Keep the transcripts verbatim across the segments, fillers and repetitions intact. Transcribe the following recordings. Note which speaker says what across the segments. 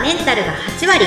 Speaker 1: メンタルがはちわり。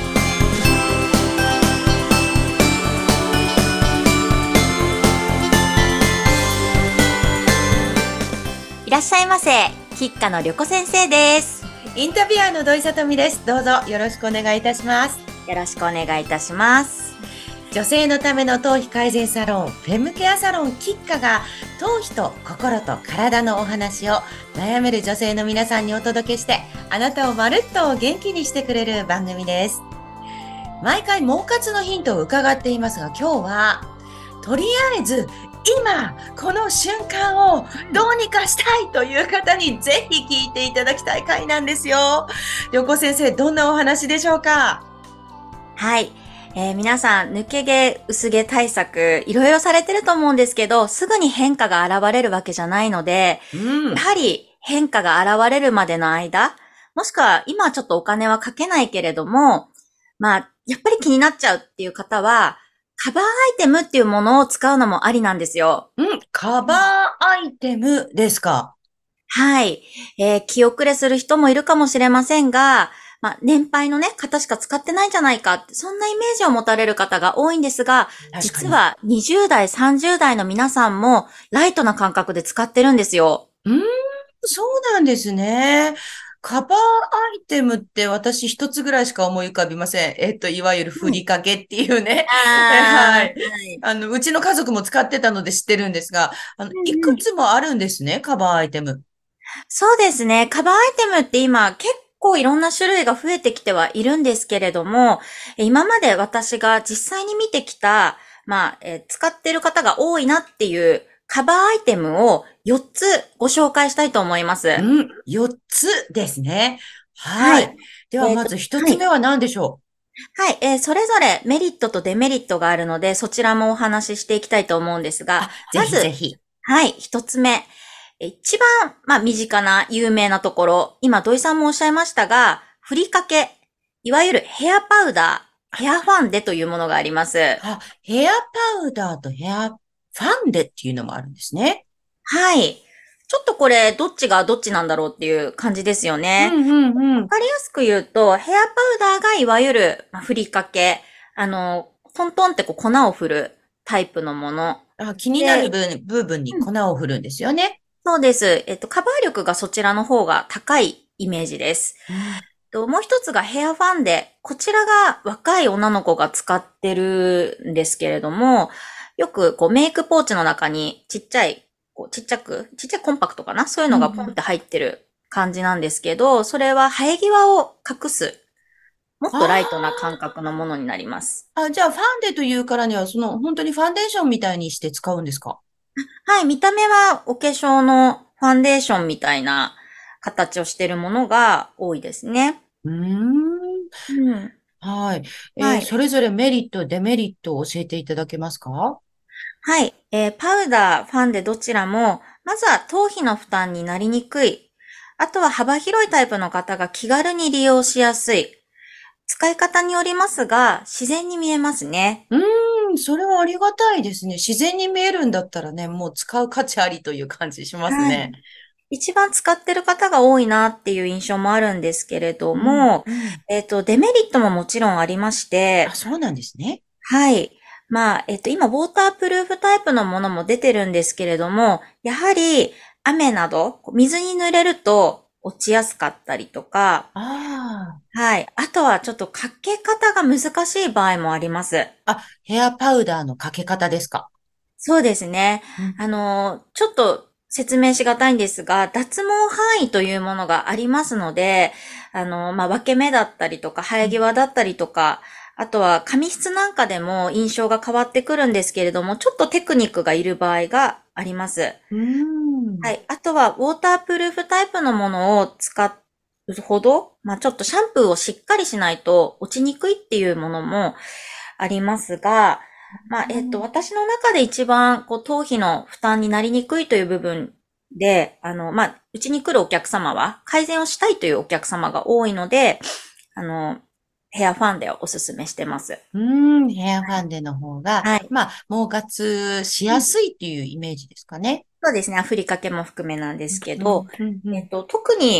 Speaker 1: いらっしゃいませ。吉花の旅子先生です。
Speaker 2: インタビュアーの土井さとみです。どうぞよろしくお願いいたします。
Speaker 1: よろしくお願いいたします。
Speaker 2: 女性のための頭皮改善サロン、フェムケアサロン吉花が頭皮と心と体のお話を悩める女性の皆さんにお届けして、あなたをまるっと元気にしてくれる番組です。毎回毛活のヒントを伺っていますが、今日はとりあえず今この瞬間をどうにかしたいという方にぜひ聞いていただきたい回なんですよ。良子先生、どんなお話でしょうか？
Speaker 1: はい、えー、皆さん抜け毛薄毛対策いろいろされてると思うんですけど、すぐに変化が現れるわけじゃないので、うん、やはり変化が現れるまでの間、もしくは今はちょっとお金はかけないけれども、まあやっぱり気になっちゃうっていう方はカバーアイテムっていうものを使うのもありなんですよ。
Speaker 2: うん、カバーアイテムですか？
Speaker 1: はい、えー、気遅れする人もいるかもしれませんが、まあ、年配のね、方しか使ってないんじゃないかって、そんなイメージを持たれる方が多いんですが、実はにじゅう代、さんじゅう代の皆さんもライトな感覚で使ってるんですよ。
Speaker 2: うーん、そうなんですね。カバーアイテムって私一つぐらいしか思い浮かびません。えっと、いわゆるふりかけっていうね。はい。あの、うちの家族も使ってたので知ってるんですが、あの、いくつもあるんですね、カバーアイテム。
Speaker 1: そうですね。カバーアイテムって今結構いろんな種類が増えてきてはいるんですけれども、今まで私が実際に見てきた、まあ、えー、使っている方が多いなっていうカバーアイテムをよっつご紹介したいと思います。
Speaker 2: うん、よっつですね。はい。はい、ではまずひとつめは何でしょ
Speaker 1: う？はい、はい、えー、それぞれメリットとデメリットがあるので、そちらもお話ししていきたいと思うんですが、
Speaker 2: ぜひぜひ。
Speaker 1: まず、はい、ひとつめ。一番、まあ、身近な有名なところ、今土井さんもおっしゃいましたが、ふりかけ、いわゆるヘアパウダー、ヘアファンデというものがあります。
Speaker 2: あ、ヘアパウダーとヘアファンデっていうのもあるんですね。
Speaker 1: はい。ちょっとこれ、どっちがどっちなんだろうっていう感じですよね。
Speaker 2: うんうんうん。
Speaker 1: わかりやすく言うと、ヘアパウダーがいわゆる、まあ、ふりかけ、あの、トントンってこう粉を振るタイプのもの。
Speaker 2: あ、気になる部分に粉を振るんですよね。
Speaker 1: そうです。えっと、カバー力がそちらの方が高いイメージです。うん、もう一つがヘアファンデ。こちらが若い女の子が使ってるんですけれども、よくこうメイクポーチの中にちっちゃい、こうちっちゃく、ちっちゃいコンパクトかな、そういうのがポンって入ってる感じなんですけど、うん、それは生え際を隠す。もっとライトな感覚のものになります。
Speaker 2: あ、じゃあファンデというからには、その本当にファンデーションみたいにして使うんですか？
Speaker 1: はい、見た目はお化粧のファンデーションみたいな形をしているものが多いですね。
Speaker 2: うーん。うん。はい。えーはい、それぞれメリット、デメリットを教えていただけますか？
Speaker 1: はい。えー、パウダー、ファンデどちらも、まずは頭皮の負担になりにくい。あとは幅広いタイプの方が気軽に利用しやすい。使い方によりますが、自然に見えますね。
Speaker 2: うーん、それはありがたいですね。自然に見えるんだったらね、もう使う価値ありという感じしますね。はい、
Speaker 1: 一番使ってる方が多いなっていう印象もあるんですけれども、うんうん、えっと、デメリットももちろんありまして。
Speaker 2: あ、そうなんですね。
Speaker 1: はい。まあ、えっと、今、ウォータープルーフタイプのものも出てるんですけれども、やはり、雨など、水に濡れると落ちやすかったりとか、
Speaker 2: あ
Speaker 1: はい。あとはちょっとかけ方が難しい場合もあります。
Speaker 2: あ、ヘアパウダーのかけ方ですか？
Speaker 1: そうですね。うん、あの、ちょっと説明しがたいんですが、脱毛範囲というものがありますので、あの、まあ、分け目だったりとか、生え際だったりとか、あとは髪質なんかでも印象が変わってくるんですけれども、ちょっとテクニックがいる場合があります。
Speaker 2: うーん、
Speaker 1: はい。あとは、ウォータープルーフタイプのものを使うほど、まあ、ちょっとシャンプーをしっかりしないと落ちにくいっていうものもありますが、まあ、えっと、私の中で一番、こう、頭皮の負担になりにくいという部分で、あの、まあ、うちに来るお客様は、改善をしたいというお客様が多いので、あの、ヘアファンデをおすすめしてます。
Speaker 2: うーん、ヘアファンデの方が、
Speaker 1: はい。
Speaker 2: まあ、毛髪しやすいっていうイメージですかね。
Speaker 1: そうですね。ふりかけも含めなんですけど、えっと、特に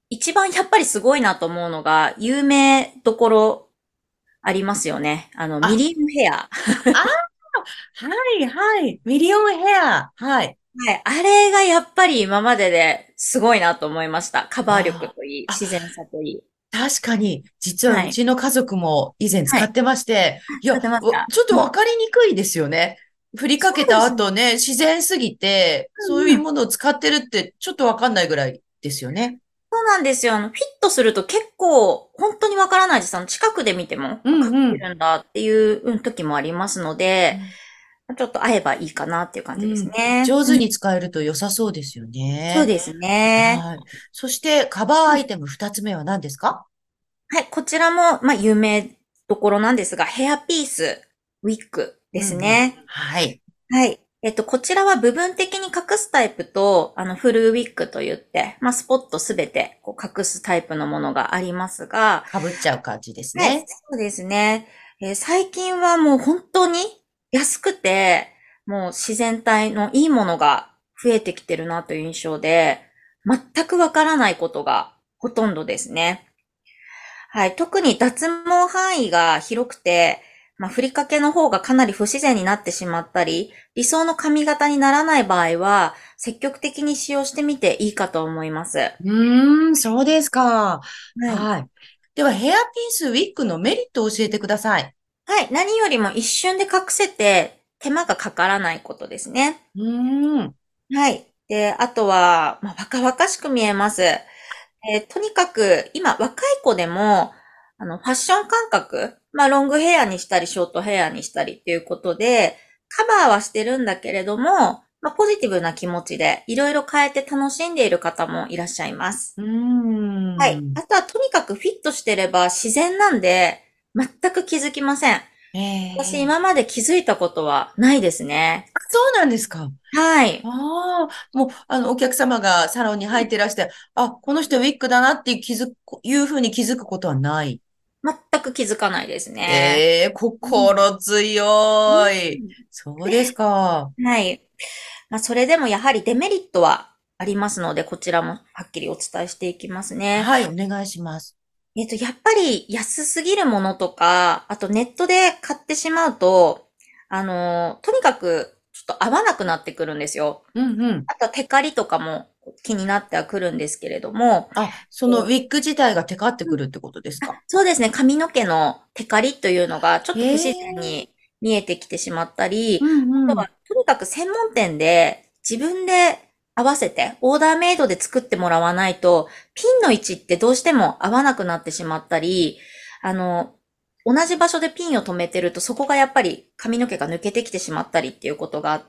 Speaker 1: 一番やっぱりすごいなと思うのが、有名どころありますよね。あの、ミ
Speaker 2: あ、
Speaker 1: リオンヘア。
Speaker 2: あ、はいはい。ミリオンヘア。はい。
Speaker 1: はい。あれがやっぱり今までですごいなと思いました。カバー力
Speaker 2: あ
Speaker 1: といい、
Speaker 2: あ。あ、
Speaker 1: 自然さといい。
Speaker 2: 確かに、実は
Speaker 1: はい。
Speaker 2: うちの家族も以前使
Speaker 1: はい。
Speaker 2: ってまして、いや、
Speaker 1: 使ってます
Speaker 2: わ
Speaker 1: か？
Speaker 2: ちょっと
Speaker 1: うん。
Speaker 2: わかりにくいですよね。振りかけた
Speaker 1: そうですね。
Speaker 2: 後ね、自然すぎて、そう
Speaker 1: うんうん。
Speaker 2: いうものを使ってるってちょっとわかんないぐらいですよね。
Speaker 1: そうなんですよ。あの、フィットすると結構、本当にわからないです。あの、近くで見ても、
Speaker 2: う
Speaker 1: あ、かけ
Speaker 2: んうん。
Speaker 1: てるんだっていううん時もありますので、ちょっと合えばいいかなっていう感じです
Speaker 2: うん。
Speaker 1: ね。うん。
Speaker 2: 上手に使えると良さそうですよね。
Speaker 1: そうですね。
Speaker 2: はい。そして、カバーアイテム二つ目は何ですか？
Speaker 1: はい、こちらも、まあ、有名どころなんですが、ヘアピース、ウィッグで
Speaker 2: うんうん。
Speaker 1: すね。
Speaker 2: はい。
Speaker 1: はい。えっと、こちらは部分的に隠すタイプと、あの、フルウィッグと言って、まあ、スポットすべてこう隠すタイプのものがありますが、
Speaker 2: かぶっちゃう感じです
Speaker 1: はい、
Speaker 2: ね。
Speaker 1: そうですね。えー最近はもう本当に安くて、もう自然体のいいものが増えてきてるなという印象で、全くわからないことがほとんどですね。はい。特に脱毛範囲が広くて、まあ、ふりかけの方がかなり不自然になってしまったり、理想の髪型にならない場合は、積極的に使用してみていいかと思います。は
Speaker 2: うーん、そうですか。
Speaker 1: い。
Speaker 2: はい。では、ヘアピースウィッグのメリットを教えてください。
Speaker 1: はい。何よりも一瞬で隠せて、手間がかからないことですね。
Speaker 2: うーん。
Speaker 1: はい。で、あとは、まあ、若々しく見えます。えーとにかく、今、若い子でも、あの、ファッション感覚、まあ、ロングヘアにしたり、ショートヘアにしたりっていうことで、カバーはしてるんだけれども、まあ、ポジティブな気持ちで、いろいろ変えて楽しんでいる方もいらっしゃいます。
Speaker 2: うー
Speaker 1: はい。
Speaker 2: ん。
Speaker 1: あとは、とにかくフィットしてれば自然なんで、全く気づきません。
Speaker 2: え
Speaker 1: 私、
Speaker 2: え、
Speaker 1: 今まで気づいたことはないですね。
Speaker 2: あ、そうなんですか。
Speaker 1: はい。
Speaker 2: ああ、もう、あの、お客様がサロンに入ってらして、あ、この人ウィッグだなって気づく、いうふうに気づくことはない。
Speaker 1: 全く気づかないですね。
Speaker 2: ええ、
Speaker 1: うん。
Speaker 2: 心強い。
Speaker 1: うん
Speaker 2: そうですか。
Speaker 1: はい。まあ、それでもやはりデメリットはありますので、こちらもはっきりお伝えしていきますね。
Speaker 2: はい、お願いします。
Speaker 1: えっと、やっぱり安すぎるものとか、あとネットで買ってしまうと、あの、とにかくちょっと合わなくなってくるんですよ。
Speaker 2: うんうん。
Speaker 1: あとはテカリとかも気になってはくるんですけれども、
Speaker 2: あ、そのウィッグ自体がテカってくるってことですか？
Speaker 1: そうですね、髪の毛のテカリというのがちょっ
Speaker 2: へ
Speaker 1: と不自然
Speaker 2: え、
Speaker 1: に見えてきてしまったり、
Speaker 2: うんうん。
Speaker 1: あとはとにかく専門店で自分で合わせてオーダーメイドで作ってもらわないと、ピンの位置ってどうしても合わなくなってしまったり、あの、同じ場所でピンを止めてるとそこがやっぱり髪の毛が抜けてきてしまったりっていうことがあって、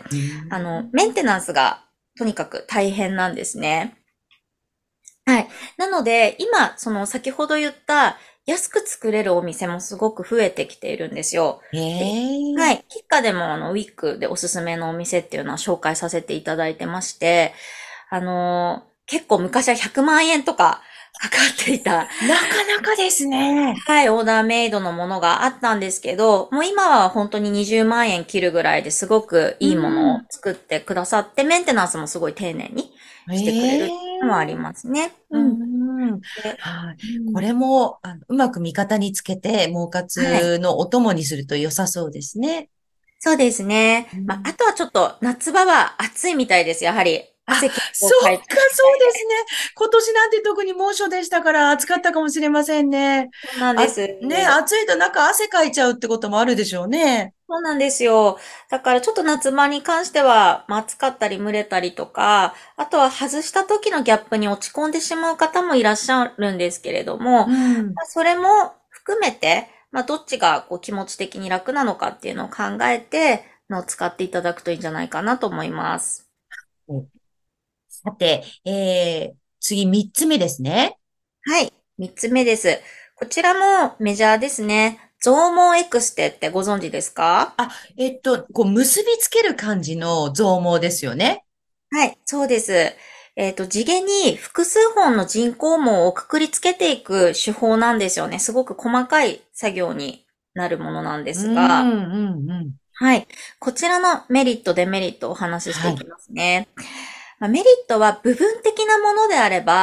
Speaker 2: う
Speaker 1: あの、メン
Speaker 2: ん。
Speaker 1: テナンスがとにかく大変なんですね。はい。なので、今、その先ほど言った安く作れるお店もすごく増えてきているんですよ。
Speaker 2: へ
Speaker 1: で、は
Speaker 2: え。
Speaker 1: い。キッカでもあの、ウィッグでおすすめのお店っていうのは紹介させていただいてまして、あのー結構昔はひゃくまん円とかかかっていた、
Speaker 2: なかなかですね。
Speaker 1: はい、オーダーメイドのものがあったんですけど、もう今は本当ににじゅうまん円切るぐらいですごく
Speaker 2: う
Speaker 1: いいものを
Speaker 2: ん。
Speaker 1: 作ってくださって、メンテナンスもすごい丁寧にしてくれる
Speaker 2: え
Speaker 1: のはあり
Speaker 2: え。
Speaker 1: ますね。
Speaker 2: う
Speaker 1: うん。
Speaker 2: ん。
Speaker 1: で、
Speaker 2: はい。こ
Speaker 1: うん、
Speaker 2: れも、あの、うまく味方につけて、儲
Speaker 1: はい。
Speaker 2: 活のお供にすると良さそうですね。
Speaker 1: そうですね。まあ、あ
Speaker 2: うん。
Speaker 1: とはちょっと夏場は暑いみたいです。やはり。
Speaker 2: あ、
Speaker 1: 汗結構
Speaker 2: そっか、
Speaker 1: かいちゃうみたいで。
Speaker 2: そうですね。今年なんて特に猛暑でしたから暑かったかもしれませんね。
Speaker 1: そうなんで
Speaker 2: あ、
Speaker 1: す。
Speaker 2: ね、暑いと中汗かいちゃうってこともあるでしょうね。
Speaker 1: そうなんですよ。だからちょっと夏場に関しては、まあ、暑かったり蒸れたりとか、あとは外した時のギャップに落ち込んでしまう方もいらっしゃるんですけれども、ま
Speaker 2: うん。
Speaker 1: あ、それも含めて、まあ、どっちがこう気持ち的に楽なのかっていうのを考えて、のを使っていただくといいんじゃないかなと思います。
Speaker 2: さて、えー、次三つ目ですね。
Speaker 1: はい。三つ目です。こちらもメジャーですね。増毛エクステってご存知ですか？
Speaker 2: あ、えっと、こう結びつける感じの増毛ですよね。
Speaker 1: はい、そうです。えっと、地毛に複数本の人工毛をくくりつけていく手法なんですよね。すごく細かい作業になるものなんで
Speaker 2: う
Speaker 1: すが、
Speaker 2: ん、うん、うん。
Speaker 1: はい。こちらのメリット、デメリットをお話しして
Speaker 2: はい。
Speaker 1: いきますね。まあ、メリットは部分的なものであれば、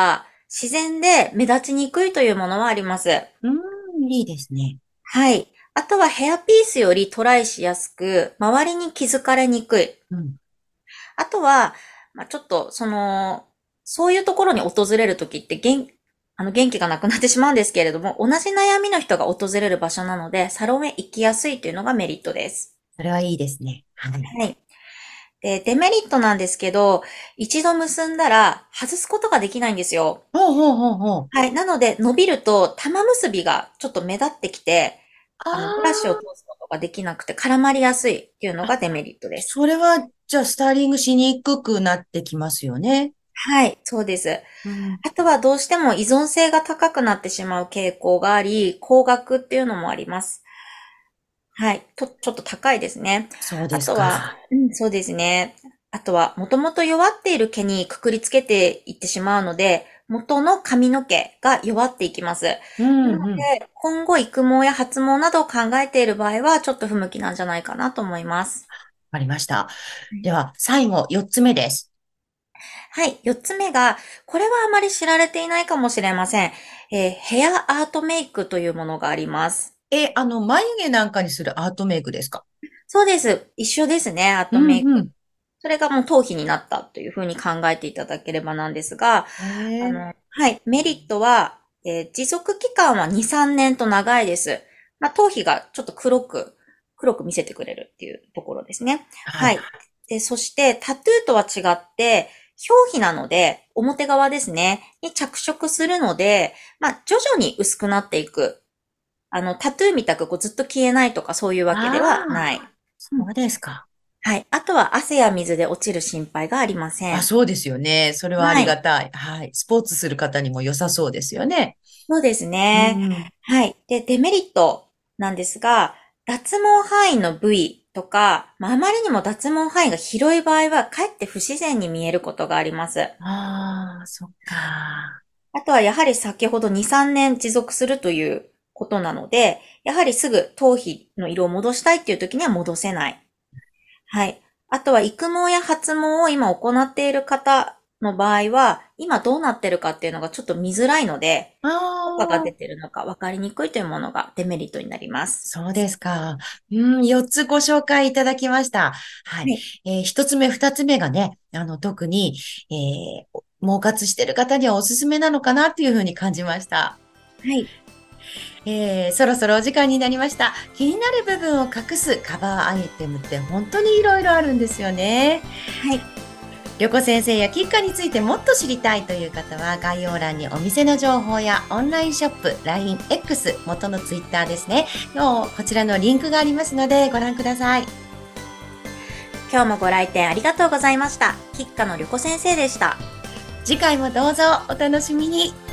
Speaker 1: 自然で目立ちにくいというものはあります。
Speaker 2: うーん、いいですね。
Speaker 1: はい。あとはヘアピースよりトライしやすく、周りに気づかれにくい。
Speaker 2: うん。
Speaker 1: あとは、まあ、ちょっと、その、そういうところに訪れるときって元、あの、元気がなくなってしまうんですけれども、同じ悩みの人が訪れる場所なので、サロンへ行きやすいというのがメリットです。
Speaker 2: それはいいですね。はい。
Speaker 1: はい。で、デメリットなんですけど、一度結んだら外すことができないんですよ。
Speaker 2: ほうほうほうほう。
Speaker 1: はい。なので、伸びると玉結びがちょっと目立ってきて、
Speaker 2: あ
Speaker 1: あの、ブラシを通
Speaker 2: あ、
Speaker 1: すことができなくて絡まりやすいっていうの
Speaker 2: あ、
Speaker 1: がデメリットです。
Speaker 2: それは、じゃあ、スタイリングしにくくなってきますよね。
Speaker 1: はい、そうです。
Speaker 2: うん。
Speaker 1: あとはどうしても依存性が高くなってしまう傾向があり、高額っていうのもあります。はい。と、ちょっと高いですね。
Speaker 2: そうです
Speaker 1: あとは、
Speaker 2: か。
Speaker 1: うん、そうですね。あとは、もともと弱っている毛にくくりつけていってしまうので、元の髪の毛が弱っていきます。
Speaker 2: うん、
Speaker 1: なの
Speaker 2: うん。
Speaker 1: で、今後育毛や発毛などを考えている場合は、ちょっと不向きなんじゃないかなと思います。
Speaker 2: わかりました。では、最後、四つ目です。
Speaker 1: はい。四つ目が、これはあまり知られていないかもしれません。えーヘアアートメイクというものがあります。
Speaker 2: え、あの、眉毛なんかにするアートメイクですか？
Speaker 1: そうです。一緒ですね、アー
Speaker 2: うん、
Speaker 1: トメイク。
Speaker 2: うん。
Speaker 1: それがもう頭皮になったというふうに考えていただければなんですが、
Speaker 2: へえ。
Speaker 1: あの、はい。メリットは、えー持続期間はに、さんねんと長いです。まあ、頭皮がちょっと黒く、黒く見せてくれるっていうところですね。
Speaker 2: はい。
Speaker 1: はい。で、そしてタトゥーとは違って、表皮なので、表側ですね、に着色するので、まあ、徐々に薄くなっていく。あの、タトゥーみたくこうずっと消えないとかそういうわけでは
Speaker 2: ああ、
Speaker 1: ない。うん。
Speaker 2: そうですか。
Speaker 1: はい。あとは汗や水で落ちる心配がありませ
Speaker 2: あ、
Speaker 1: ん。
Speaker 2: そうですよね。それはあ
Speaker 1: はい。
Speaker 2: りがたい。はい。スポーツする方にも良さそうですよね。
Speaker 1: そうです
Speaker 2: う
Speaker 1: ね。
Speaker 2: ん。
Speaker 1: はい。で、デメリットなんですが、脱毛範囲の部位とか、まあ、あまりにも脱毛範囲が広い場合は、かえって不自然に見えることがあります。
Speaker 2: ああ、そっか。
Speaker 1: あとはやはり先ほどに、さんねん持続するということなので、やはりすぐ頭皮の色を戻したいっていう時には戻せない。はい。あとは育毛や発毛を今行っている方の場合は、今どうなってるかっていうのがちょっと見づらいので、
Speaker 2: あ
Speaker 1: 効果が出
Speaker 2: あ、
Speaker 1: てるのか分かりにくいというものがデメリットになります。
Speaker 2: そうですか。うん、よっつご紹介いただきました。はい。
Speaker 1: はい。
Speaker 2: えー、ひとつめ、ふたつめがね、あの、特に、えー、毛活してる方にはおすすめなのかなっていうふうに感じました。
Speaker 1: はい。
Speaker 2: えー、そろそろお時間になりました。気になる部分を隠すカバーアイテムって本当にいろいろあるんですよね。
Speaker 1: はい。
Speaker 2: りょこ先生やキッカについてもっと知りたいという方は概要欄にお店の情報やオンラインショップ、ライン X、元のツイッターですね、のこちらのリンクがありますのでご覧ください。
Speaker 1: 今日もご来店ありがとうございました。吉花のりょこ先生でした。
Speaker 2: 次回もどうぞお楽しみに。